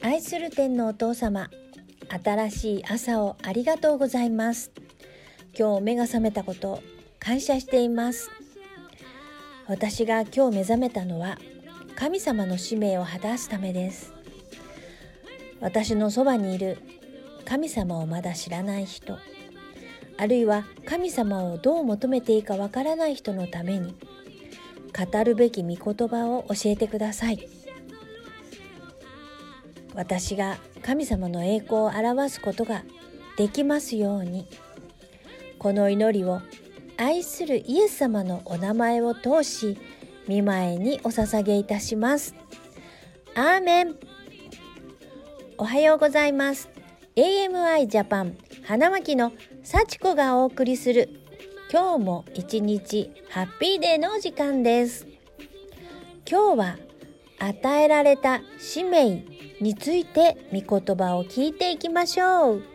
愛する天のお父様、新しい朝をありがとうございます。今日目が覚めたことを感謝しています。私が今日目覚めたのは神様の使命を果たすためです。私のそばにいる神様をまだ知らない人、あるいは神様をどう求めていいかわからない人のために、語るべき御言葉を教えてください。私が神様の栄光を表すことができますように、この祈りを愛するイエス様のお名前を通し、御前にお捧げいたします。アーメン。おはようございます。AMI ジャパン花巻の幸子がお送りする今日も一日ハッピーデーのお時間です。今日は与えられた使命について御言葉を聞いていきましょう。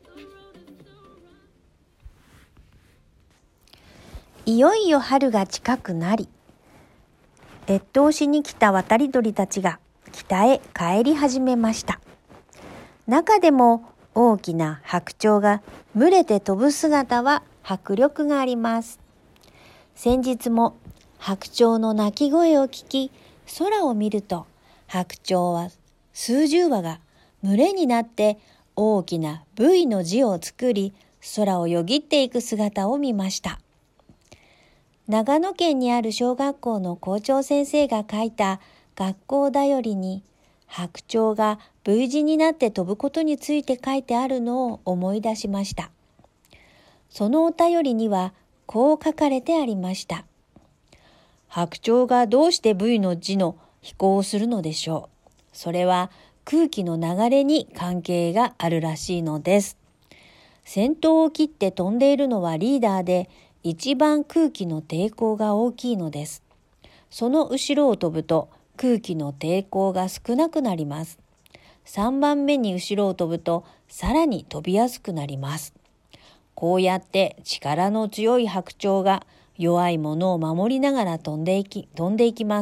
いよいよ春が近くなり、越冬しに来た渡り鳥たちが北へ帰り始めました。中でも大きな白鳥が群れて飛ぶ姿は迫力があります。先日も白鳥の鳴き声を聞き、空を見ると白鳥は数十羽が群れになって大きな V の字を作り、空をよぎっていく姿を見ました。長野県にある小学校の校長先生が書いた学校だよりに、白鳥が V 字になって飛ぶことについて書いてあるのを思い出しました。そのお便りにはこう書かれてありました。白鳥がどうして V の字の飛行をするのでしょう。それは空気の流れに関係があるらしいのです。先頭を切って飛んでいるのはリーダーで、一番空気の抵抗が大きいのです。その後ろを飛ぶと空気の抵抗が少なくなります。3番目に後ろを飛ぶとさらに飛びやすくなります。こうやって力の強い白鳥が弱いものを守りながら飛んでいきます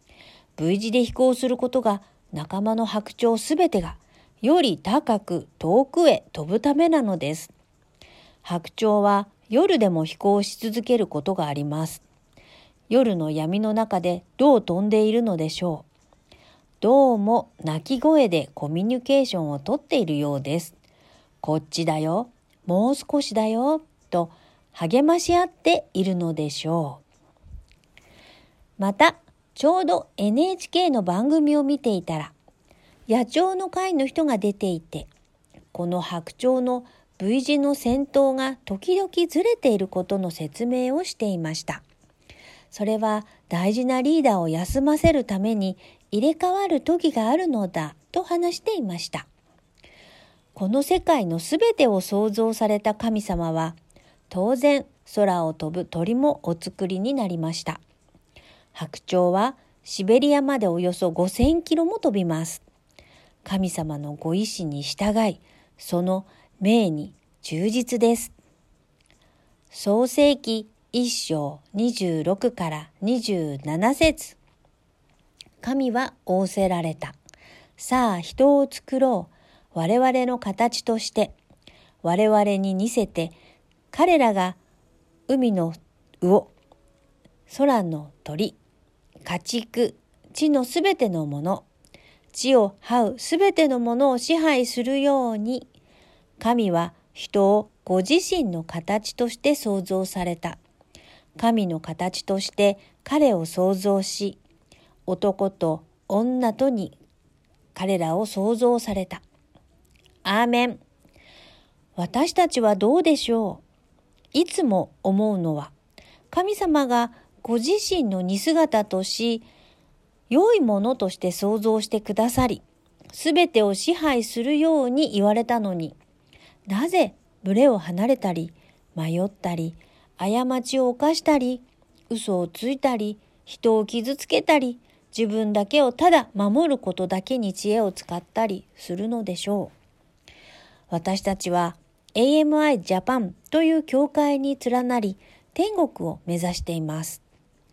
。V 字で飛行することが仲間の白鳥すべてがより高く遠くへ飛ぶためなのです。白鳥は夜でも飛行し続けることがあります。夜の闇の中でどう飛んでいるのでしょう。どうも鳴き声でコミュニケーションをとっているようです。こっちだよ、もう少しだよ、と励まし合っているのでしょう。また、ちょうど NHK の番組を見ていたら、野鳥の会の人が出ていて、この白鳥の V 字の先頭が時々ずれていることの説明をしていました。それは大事なリーダーを休ませるために入れ替わる時があるのだと話していました。この世界のすべてを創造された神様は、当然空を飛ぶ鳥もお作りになりました。白鳥はシベリアまでおよそ5000キロも飛びます。神様のご意志に従い、その命に忠実です。創世記1章26から27節。神は仰せられた。さあ人を作ろう。我々の形として。我々に似せて、彼らが海の魚、空の鳥、家畜、地のすべてのもの、地を這うすべてのものを支配するように、神は人をご自身の形として創造された。神の形として彼を創造し、男と女とに彼らを創造された。アーメン。私たちはどうでしょう。いつも思うのは、神様がご自身の似姿とし、良いものとして創造してくださり、すべてを支配するように言われたのに、なぜ群れを離れたり、迷ったり、過ちを犯したり、嘘をついたり、人を傷つけたり、自分だけをただ守ることだけに知恵を使ったりするのでしょう。私たちは AMI ジャパンという教会に連なり、天国を目指しています。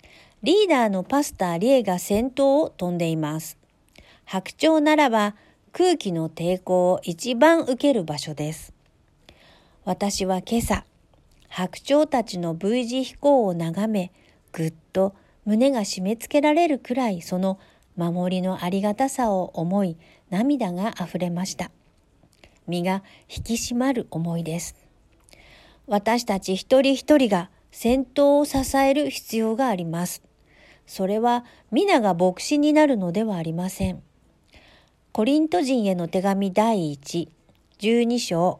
リーダーのパスターリエが先頭を飛んでいます。白鳥ならば空気の抵抗を一番受ける場所です。私は今朝、白鳥たちの V 字飛行を眺め、ぐっと胸が締め付けられるくらいその守りのありがたさを思い、涙があふれました。身が引き締まる思いです。私たち一人一人が先頭を支える必要があります。それは皆が牧師になるのではありません。コリント人への手紙第1、12章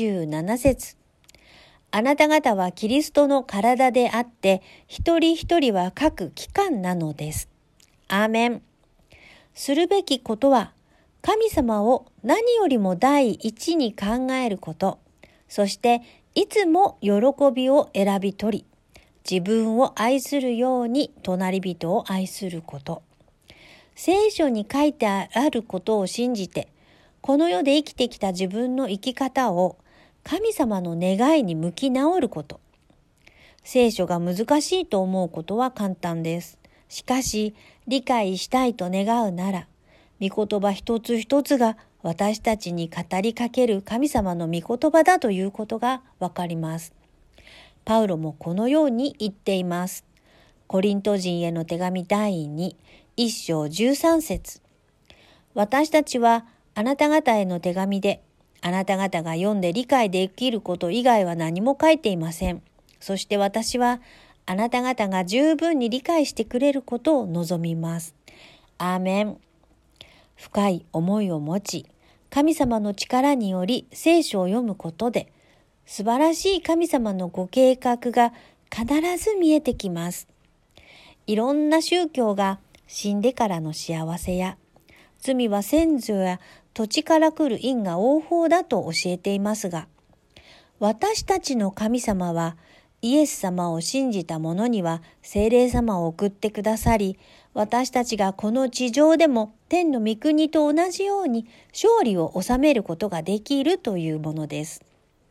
27節。あなた方はキリストの体であって、一人一人は各機関なのです。アーメン。するべきことは、神様を何よりも第一に考えること、そしていつも喜びを選び取り、自分を愛するように隣人を愛すること。聖書に書いてあることを信じて、この世で生きてきた自分の生き方を神様の願いに向き直ること。聖書が難しいと思うことは簡単です。しかし、理解したいと願うなら、御言葉一つ一つが私たちに語りかける神様の御言葉だということがわかります。パウロもこのように言っています。コリント人への手紙第2、1章13節。私たちはあなた方への手紙で、あなた方が読んで理解できること以外は何も書いていません。そして私はあなた方が十分に理解してくれることを望みます。アーメン。深い思いを持ち、神様の力により聖書を読むことで、素晴らしい神様のご計画が必ず見えてきます。いろんな宗教が死んでからの幸せや、罪は先祖や土地から来る因果応報だと教えていますが、私たちの神様はイエス様を信じた者には聖霊様を送ってくださり、私たちがこの地上でも天の御国と同じように勝利を収めることができるというものです。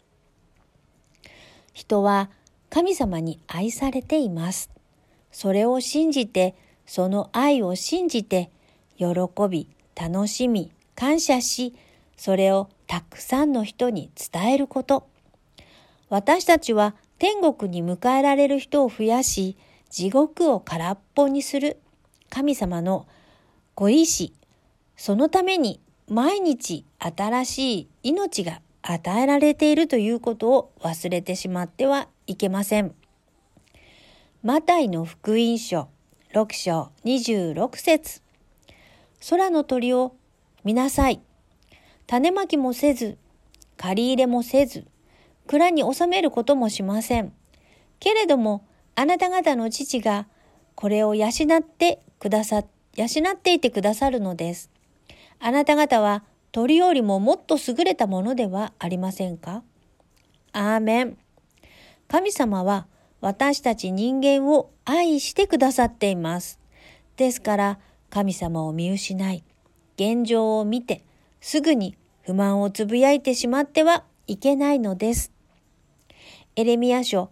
人は神様に愛されています。それを信じて、その愛を信じて、喜び、楽しみ、感謝し、それをたくさんの人に伝えること。私たちは天国に迎えられる人を増やし、地獄を空っぽにする神様のご意志、そのために毎日新しい命が与えられているということを忘れてしまってはいけません。マタイの福音書6章26節。空の鳥を見なさい。種まきもせず、借り入れもせず、蔵に収めることもしません。けれども、あなた方の父がこれを養っていてくださるのです。あなた方は鳥よりももっと優れたものではありませんか？アーメン。神様は私たち人間を愛してくださっています。ですから神様を見失い、現状を見てすぐに不満をつぶやいてしまってはいけないのです。エレミヤ書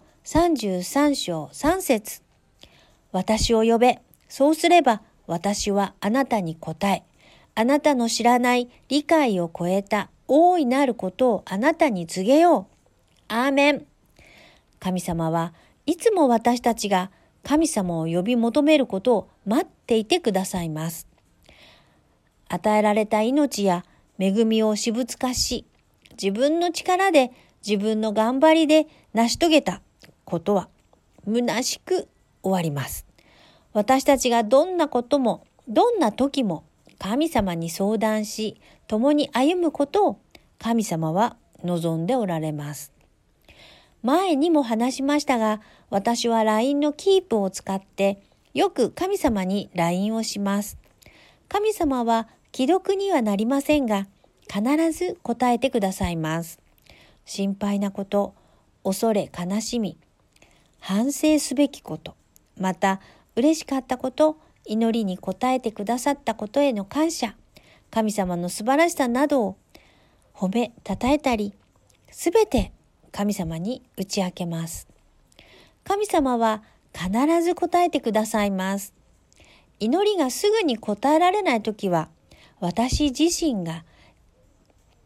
33章3節。私を呼べ、そうすれば私はあなたに答え、あなたの知らない理解を超えた大いなることをあなたに告げよう。アーメン。神様はいつも私たちが神様を呼び求めることを待っていてくださいます。与えられた命や恵みを私物化し、自分の力で自分の頑張りで成し遂げたことは虚しく終わります。私たちがどんなこともどんな時も神様に相談し、共に歩むことを神様は望んでおられます。前にも話しましたが、私は LINE のキープを使ってよく神様に LINE をします。神様は既読にはなりませんが、必ず答えてくださいます。心配なこと、恐れ、悲しみ、反省すべきこと、また嬉しかったこと、祈りに応えてくださったことへの感謝、神様の素晴らしさなどを褒め、たたえたり、すべて神様に打ち明けます。神様は必ず答えてくださいます。祈りがすぐに応えられないときは、私自身が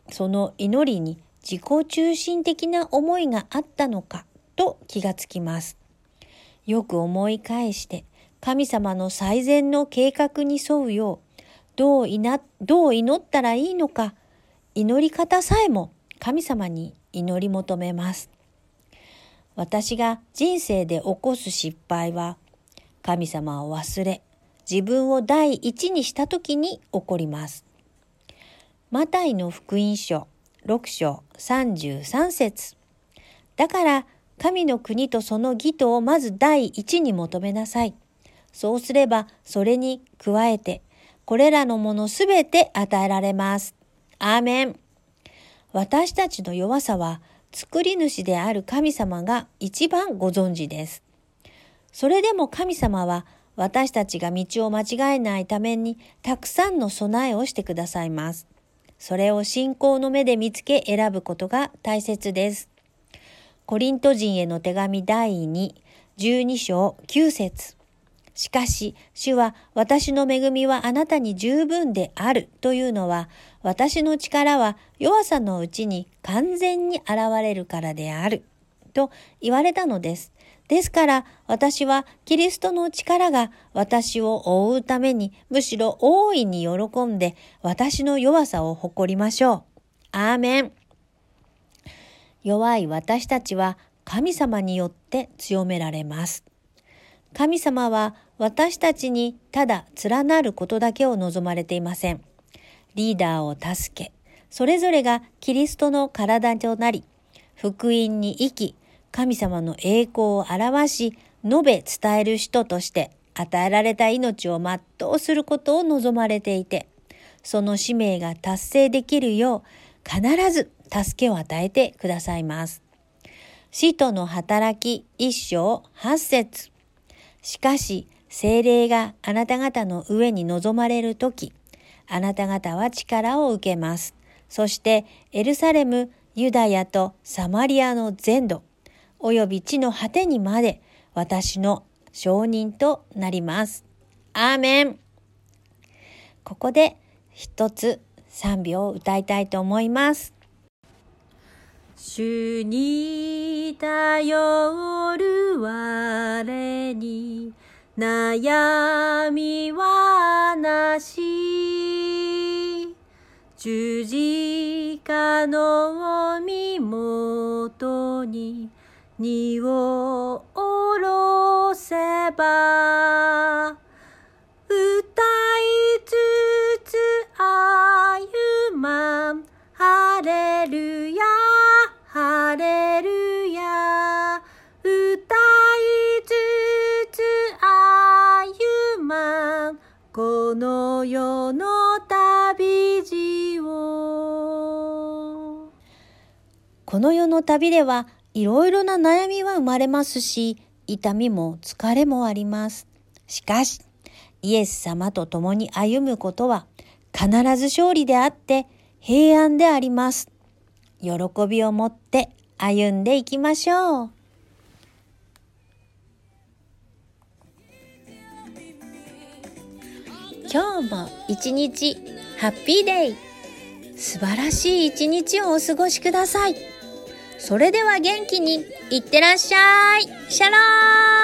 その祈りに自己中心的な思いがあったのかと気がつきます。よく思い返して神様の最善の計画に沿うようどう祈ったらいいのか、祈り方さえも神様に祈り求めます。私が人生で起こす失敗は、神様を忘れ、自分を第一にしたときに起こります。マタイの福音書6章33節。だから神の国とその義とをまず第一に求めなさい。そうすればそれに加えて、これらのものすべて与えられます。アーメン。私たちの弱さは、作り主である神様が一番ご存知です。それでも神様は私たちが道を間違えないためにたくさんの備えをしてくださいます。それを信仰の目で見つけ選ぶことが大切です。コリント人への手紙第2、12章9節。しかし、主は私の恵みはあなたに十分であるというのは、私の力は弱さのうちに完全に現れるからであると言われたのです。ですから私はキリストの力が私を覆うためにむしろ大いに喜んで私の弱さを誇りましょう。アーメン。弱い私たちは神様によって強められます。神様は私たちにただ連なることだけを望まれていません。リーダーを助け、それぞれがキリストの体となり、福音に生き、神様の栄光を表し、述べ伝える人として与えられた命を全うすることを望まれていて、その使命が達成できるよう必ず助けを与えてくださいます。使徒の働き1章8節。しかし、聖霊があなた方の上に臨まれるとき、あなた方は力を受けます。そしてエルサレム、ユダヤとサマリアの全土、および地の果てにまで私の証人となります。アーメン。ここで一つ賛美を歌いたいと思います。主に頼る我に悩みはなし、十字架の身元に荷を下ろせば、歌いつつ歩まん、ハレルヤハレルヤ、歌いつつ歩まん、この世の旅路を。この世の旅ではいろいろな悩みは生まれますし、痛みも疲れもあります。しかし、イエス様と共に歩むことは必ず勝利であって平安であります。喜びを持って歩んでいきましょう。今日も一日ハッピーデイ。素晴らしい一日をお過ごしください。それでは元気にいってらっしゃい。シャローン。